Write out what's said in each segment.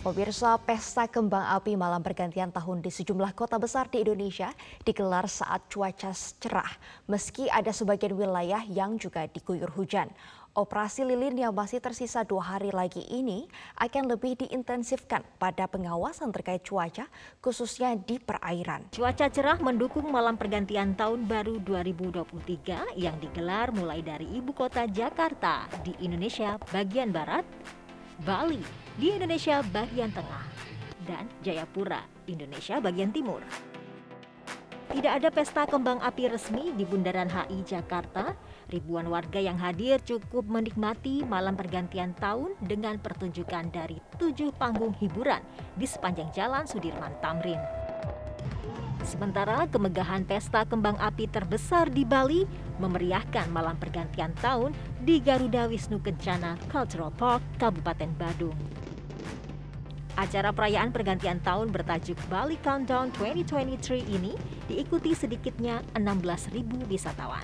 Pemirsa, pesta kembang api malam pergantian tahun di sejumlah kota besar di Indonesia digelar saat cuaca cerah, meski ada sebagian wilayah yang juga diguyur hujan. Operasi lilin yang masih tersisa 2 hari lagi ini akan lebih diintensifkan pada pengawasan terkait cuaca, khususnya di perairan. Cuaca cerah mendukung malam pergantian tahun baru 2023 yang digelar mulai dari ibu kota Jakarta di Indonesia bagian barat, Bali di Indonesia bagian tengah, dan Jayapura, Indonesia bagian timur. Tidak ada pesta kembang api resmi di Bundaran HI Jakarta. Ribuan warga yang hadir cukup menikmati malam pergantian tahun dengan pertunjukan dari 7 panggung hiburan di sepanjang Jalan Sudirman Tamrin. Sementara kemegahan pesta kembang api terbesar di Bali memeriahkan malam pergantian tahun di Garuda Wisnu Kencana Cultural Park, Kabupaten Badung. Acara perayaan pergantian tahun bertajuk Bali Countdown 2023 ini diikuti sedikitnya 16.000 wisatawan.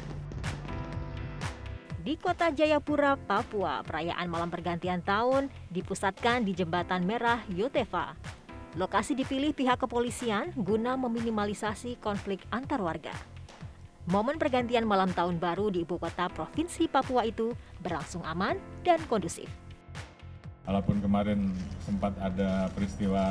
Di kota Jayapura, Papua, perayaan malam pergantian tahun dipusatkan di Jembatan Merah Yotefa. Lokasi dipilih pihak kepolisian guna meminimalisasi konflik antar warga. Momen pergantian malam tahun baru di ibu kota Provinsi Papua itu berlangsung aman dan kondusif. Walaupun kemarin sempat ada peristiwa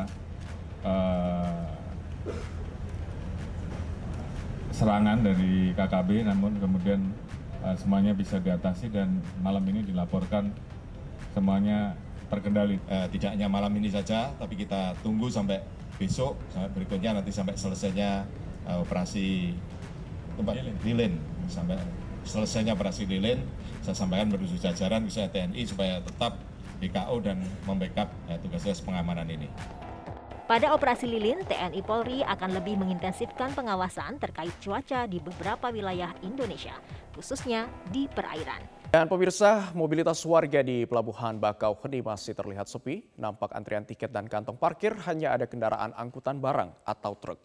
serangan dari KKB, namun kemudian semuanya bisa diatasi dan malam ini dilaporkan semuanya terkendali. Tidak hanya malam ini saja, tapi kita tunggu sampai besok, sampai berikutnya nanti sampai selesainya operasi lilin. Sampai selesainya operasi lilin, saya sampaikan menuju jajaran khususnya TNI supaya tetap BKO dan membackup tugas-tugas pengamanan ini. Pada operasi lilin, TNI Polri akan lebih mengintensifkan pengawasan terkait cuaca di beberapa wilayah Indonesia, khususnya di perairan. Dan pemirsa, mobilitas warga di Pelabuhan Bakauheni masih terlihat sepi. Nampak antrian tiket dan kantong parkir, hanya ada kendaraan angkutan barang atau truk.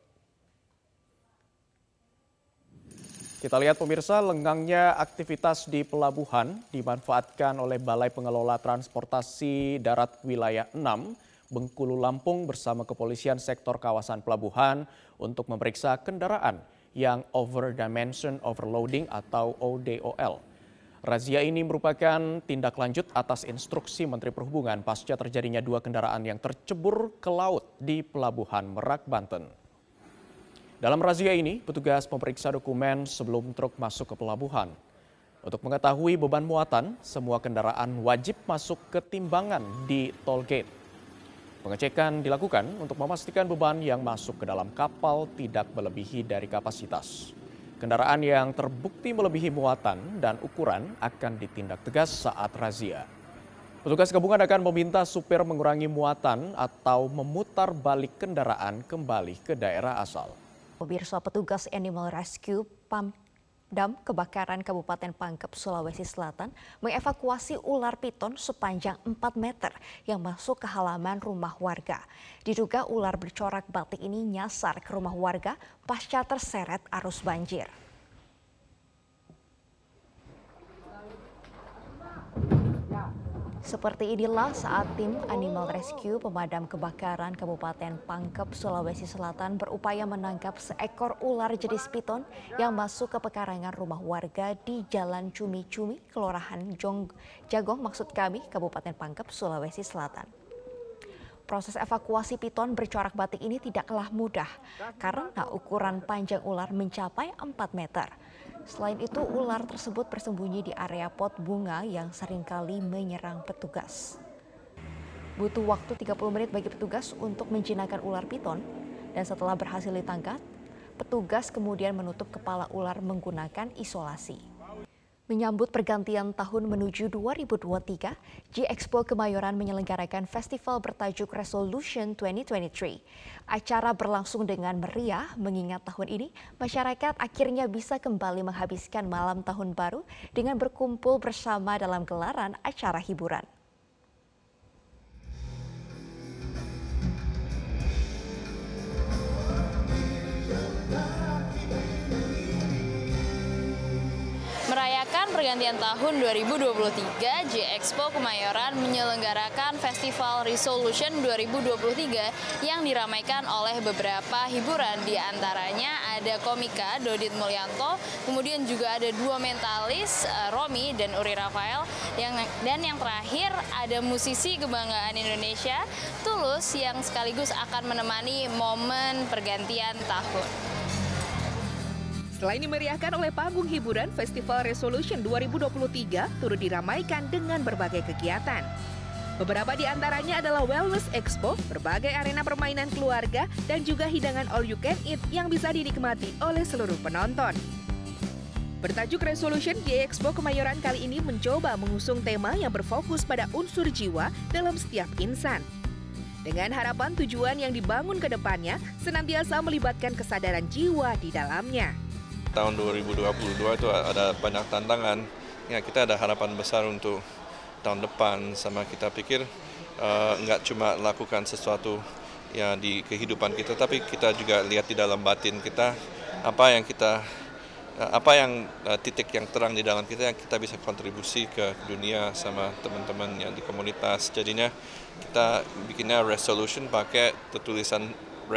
Kita lihat pemirsa, lenggangnya aktivitas di pelabuhan dimanfaatkan oleh Balai Pengelola Transportasi Darat Wilayah 6, Bengkulu Lampung bersama Kepolisian Sektor Kawasan Pelabuhan untuk memeriksa kendaraan yang over dimension overloading atau ODOL. Razia ini merupakan tindak lanjut atas instruksi Menteri Perhubungan pasca terjadinya 2 kendaraan yang tercebur ke laut di Pelabuhan Merak, Banten. Dalam razia ini, petugas memeriksa dokumen sebelum truk masuk ke pelabuhan. Untuk mengetahui beban muatan, semua kendaraan wajib masuk ke timbangan di toll gate. Pengecekan dilakukan untuk memastikan beban yang masuk ke dalam kapal tidak melebihi dari kapasitas. Kendaraan yang terbukti melebihi muatan dan ukuran akan ditindak tegas saat razia. Petugas gabungan akan meminta supir mengurangi muatan atau memutar balik kendaraan kembali ke daerah asal. Pemirsa, petugas Animal Rescue Pamdam Kebakaran Kabupaten Pangkep, Sulawesi Selatan mengevakuasi ular piton sepanjang 4 meter yang masuk ke halaman rumah warga. Diduga ular bercorak batik ini nyasar ke rumah warga pasca terseret arus banjir. Seperti inilah saat tim Animal Rescue Pemadam Kebakaran Kabupaten Pangkep, Sulawesi Selatan berupaya menangkap seekor ular jenis piton yang masuk ke pekarangan rumah warga di Jalan Cumi-Cumi, Kelurahan Jagong, Kabupaten Pangkep, Sulawesi Selatan. Proses evakuasi piton bercorak batik ini tidaklah mudah karena ukuran panjang ular mencapai 4 meter. Selain itu, ular tersebut bersembunyi di area pot bunga yang seringkali menyerang petugas. Butuh waktu 30 menit bagi petugas untuk menjinakkan ular piton, dan setelah berhasil ditangkap, petugas kemudian menutup kepala ular menggunakan isolasi. Menyambut pergantian tahun menuju 2023, G-Expo Kemayoran menyelenggarakan festival bertajuk Resolution 2023. Acara berlangsung dengan meriah mengingat tahun ini masyarakat akhirnya bisa kembali menghabiskan malam tahun baru dengan berkumpul bersama dalam gelaran acara hiburan. Merayakan Malam pergantian tahun 2023, J-Expo Kemayoran menyelenggarakan Festival Resolution 2023 yang diramaikan oleh beberapa hiburan. Di antaranya ada komika Dodit Mulyanto, kemudian juga ada dua mentalis, Romi dan Uri Rafael, dan yang terakhir ada musisi kebanggaan Indonesia, Tulus, yang sekaligus akan menemani momen pergantian tahun. Selain dimeriahkan oleh panggung hiburan, Festival Resolution 2023 turut diramaikan dengan berbagai kegiatan. Beberapa di antaranya adalah Wellness Expo, berbagai arena permainan keluarga, dan juga hidangan all you can eat yang bisa dinikmati oleh seluruh penonton. Bertajuk Resolution, J-Expo Kemayoran kali ini mencoba mengusung tema yang berfokus pada unsur jiwa dalam setiap insan. Dengan harapan tujuan yang dibangun ke depannya senantiasa melibatkan kesadaran jiwa di dalamnya. Tahun 2022 itu ada banyak tantangan. Ya, kita ada harapan besar untuk tahun depan, sama kita pikir nggak cuma lakukan sesuatu ya di kehidupan kita, tapi kita juga lihat di dalam batin kita apa yang titik yang terang di dalam kita yang kita bisa kontribusi ke dunia sama teman-teman yang di komunitas. Jadinya kita bikinnya resolution pakai tulisan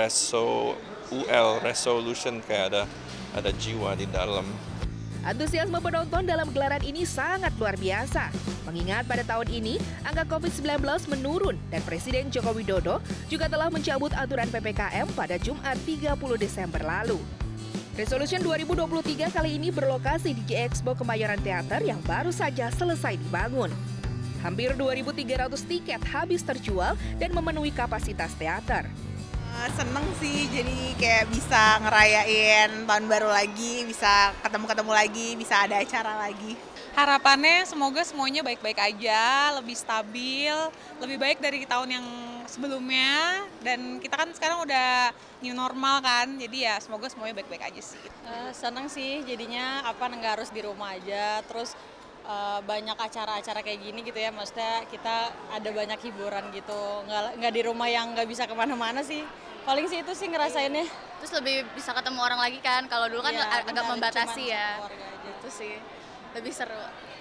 resolution, kayak ada jiwa di dalam. Antusiasme penonton dalam gelaran ini sangat luar biasa. Mengingat pada tahun ini, angka COVID-19 menurun dan Presiden Joko Widodo juga telah mencabut aturan PPKM pada Jumat 30 Desember lalu. Resolution 2023 kali ini berlokasi di J-Expo Kemayoran Theater yang baru saja selesai dibangun. Hampir 2.300 tiket habis terjual dan memenuhi kapasitas teater. Seneng sih, jadi kayak bisa ngerayain tahun baru lagi, bisa ketemu-ketemu lagi, bisa ada acara lagi. Harapannya semoga semuanya baik-baik aja, lebih stabil, lebih baik dari tahun yang sebelumnya. Dan kita kan sekarang udah new normal kan, jadi ya semoga semuanya baik-baik aja sih. Seneng sih, jadinya nggak harus di rumah aja, terus banyak acara-acara kayak gini gitu ya, maksudnya kita ada banyak hiburan gitu, nggak di rumah yang nggak bisa kemana-mana sih, paling sih itu sih ngerasainnya. Terus lebih bisa ketemu orang lagi kan, kalau dulu kan Ya, agak membatasi ya, gitu. itu sih lebih seru.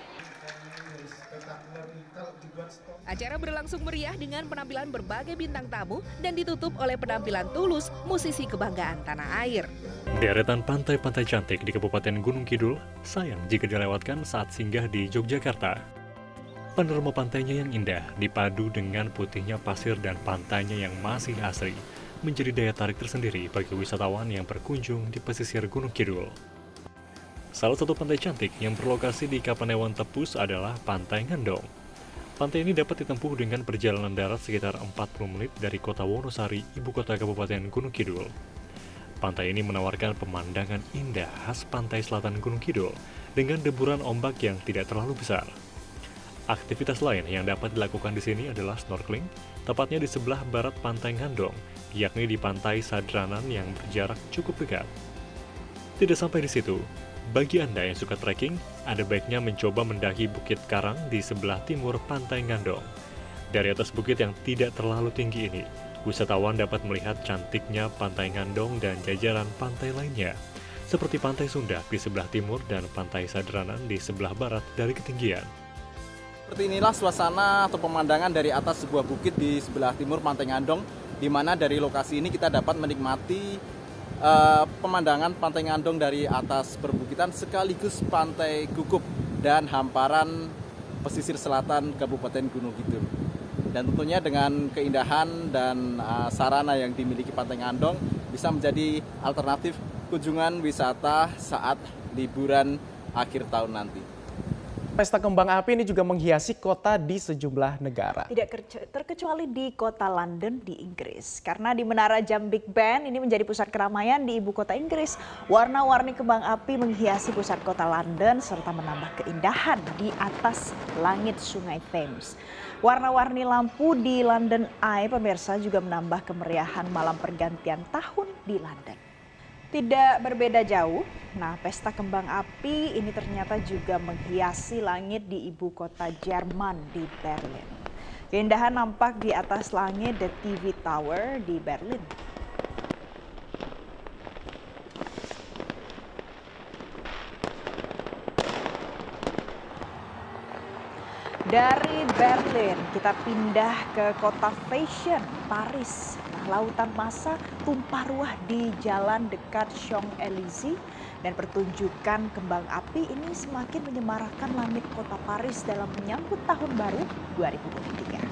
Acara berlangsung meriah dengan penampilan berbagai bintang tamu dan ditutup oleh penampilan Tulus, musisi kebanggaan tanah air. Deretan pantai-pantai cantik di Kabupaten Gunung Kidul sayang jika dilewatkan saat singgah di Yogyakarta. Panorama pantainya yang indah dipadu dengan putihnya pasir dan pantainya yang masih asri menjadi daya tarik tersendiri bagi wisatawan yang berkunjung di pesisir Gunung Kidul. Salah satu pantai cantik yang berlokasi di Kapanewon Tepus adalah Pantai Ngandong. Pantai ini dapat ditempuh dengan perjalanan darat sekitar 40 menit dari kota Wonosari, ibu kota Kabupaten Gunung Kidul. Pantai ini menawarkan pemandangan indah khas pantai selatan Gunung Kidul dengan deburan ombak yang tidak terlalu besar. Aktivitas lain yang dapat dilakukan di sini adalah snorkeling, tepatnya di sebelah barat Pantai Ngandong, yakni di Pantai Sadranan yang berjarak cukup dekat. Tidak sampai di situ, bagi Anda yang suka trekking, ada baiknya mencoba mendaki Bukit Karang di sebelah timur Pantai Ngandong. Dari atas bukit yang tidak terlalu tinggi ini, wisatawan dapat melihat cantiknya Pantai Ngandong dan jajaran pantai lainnya, seperti Pantai Sundak di sebelah timur dan Pantai Sadranan di sebelah barat dari ketinggian. Seperti inilah suasana atau pemandangan dari atas sebuah bukit di sebelah timur Pantai Ngandong, di mana dari lokasi ini kita dapat menikmati pemandangan Pantai Ngandong dari atas perbukitan sekaligus Pantai Gukup dan hamparan pesisir selatan Kabupaten Gunung Kidul. Dan tentunya dengan keindahan dan sarana yang dimiliki Pantai Ngandong bisa menjadi alternatif kunjungan wisata saat liburan akhir tahun nanti. Pesta kembang api ini juga menghiasi kota di sejumlah negara. Tidak terkecuali di kota London di Inggris. Karena di Menara Jam Big Ben ini menjadi pusat keramaian di ibu kota Inggris. Warna-warni kembang api menghiasi pusat kota London serta menambah keindahan di atas langit Sungai Thames. Warna-warni lampu di London Eye pemirsa juga menambah kemeriahan malam pergantian tahun di London. Tidak berbeda jauh, nah pesta kembang api ini ternyata juga menghiasi langit di ibu kota Jerman di Berlin. Keindahan nampak di atas langit The TV Tower di Berlin. Dari Berlin, kita pindah ke kota fashion, Paris. Nah, lautan massa tumpah ruah di jalan dekat Champs-Élysées dan pertunjukan kembang api ini semakin menyemarakan langit kota Paris dalam menyambut tahun baru 2023.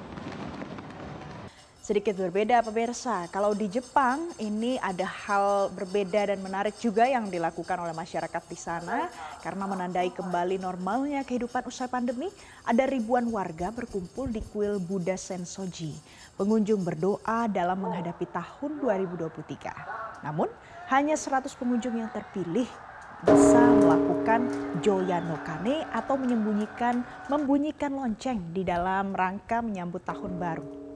Sedikit berbeda pemirsa, kalau di Jepang ini ada hal berbeda dan menarik juga yang dilakukan oleh masyarakat di sana. Karena menandai kembali normalnya kehidupan usai pandemi, ada ribuan warga berkumpul di kuil Buddha Sensoji. Pengunjung berdoa dalam menghadapi tahun 2023. Namun hanya 100 pengunjung yang terpilih bisa melakukan Joya no Kane atau membunyikan lonceng di dalam rangka menyambut tahun baru.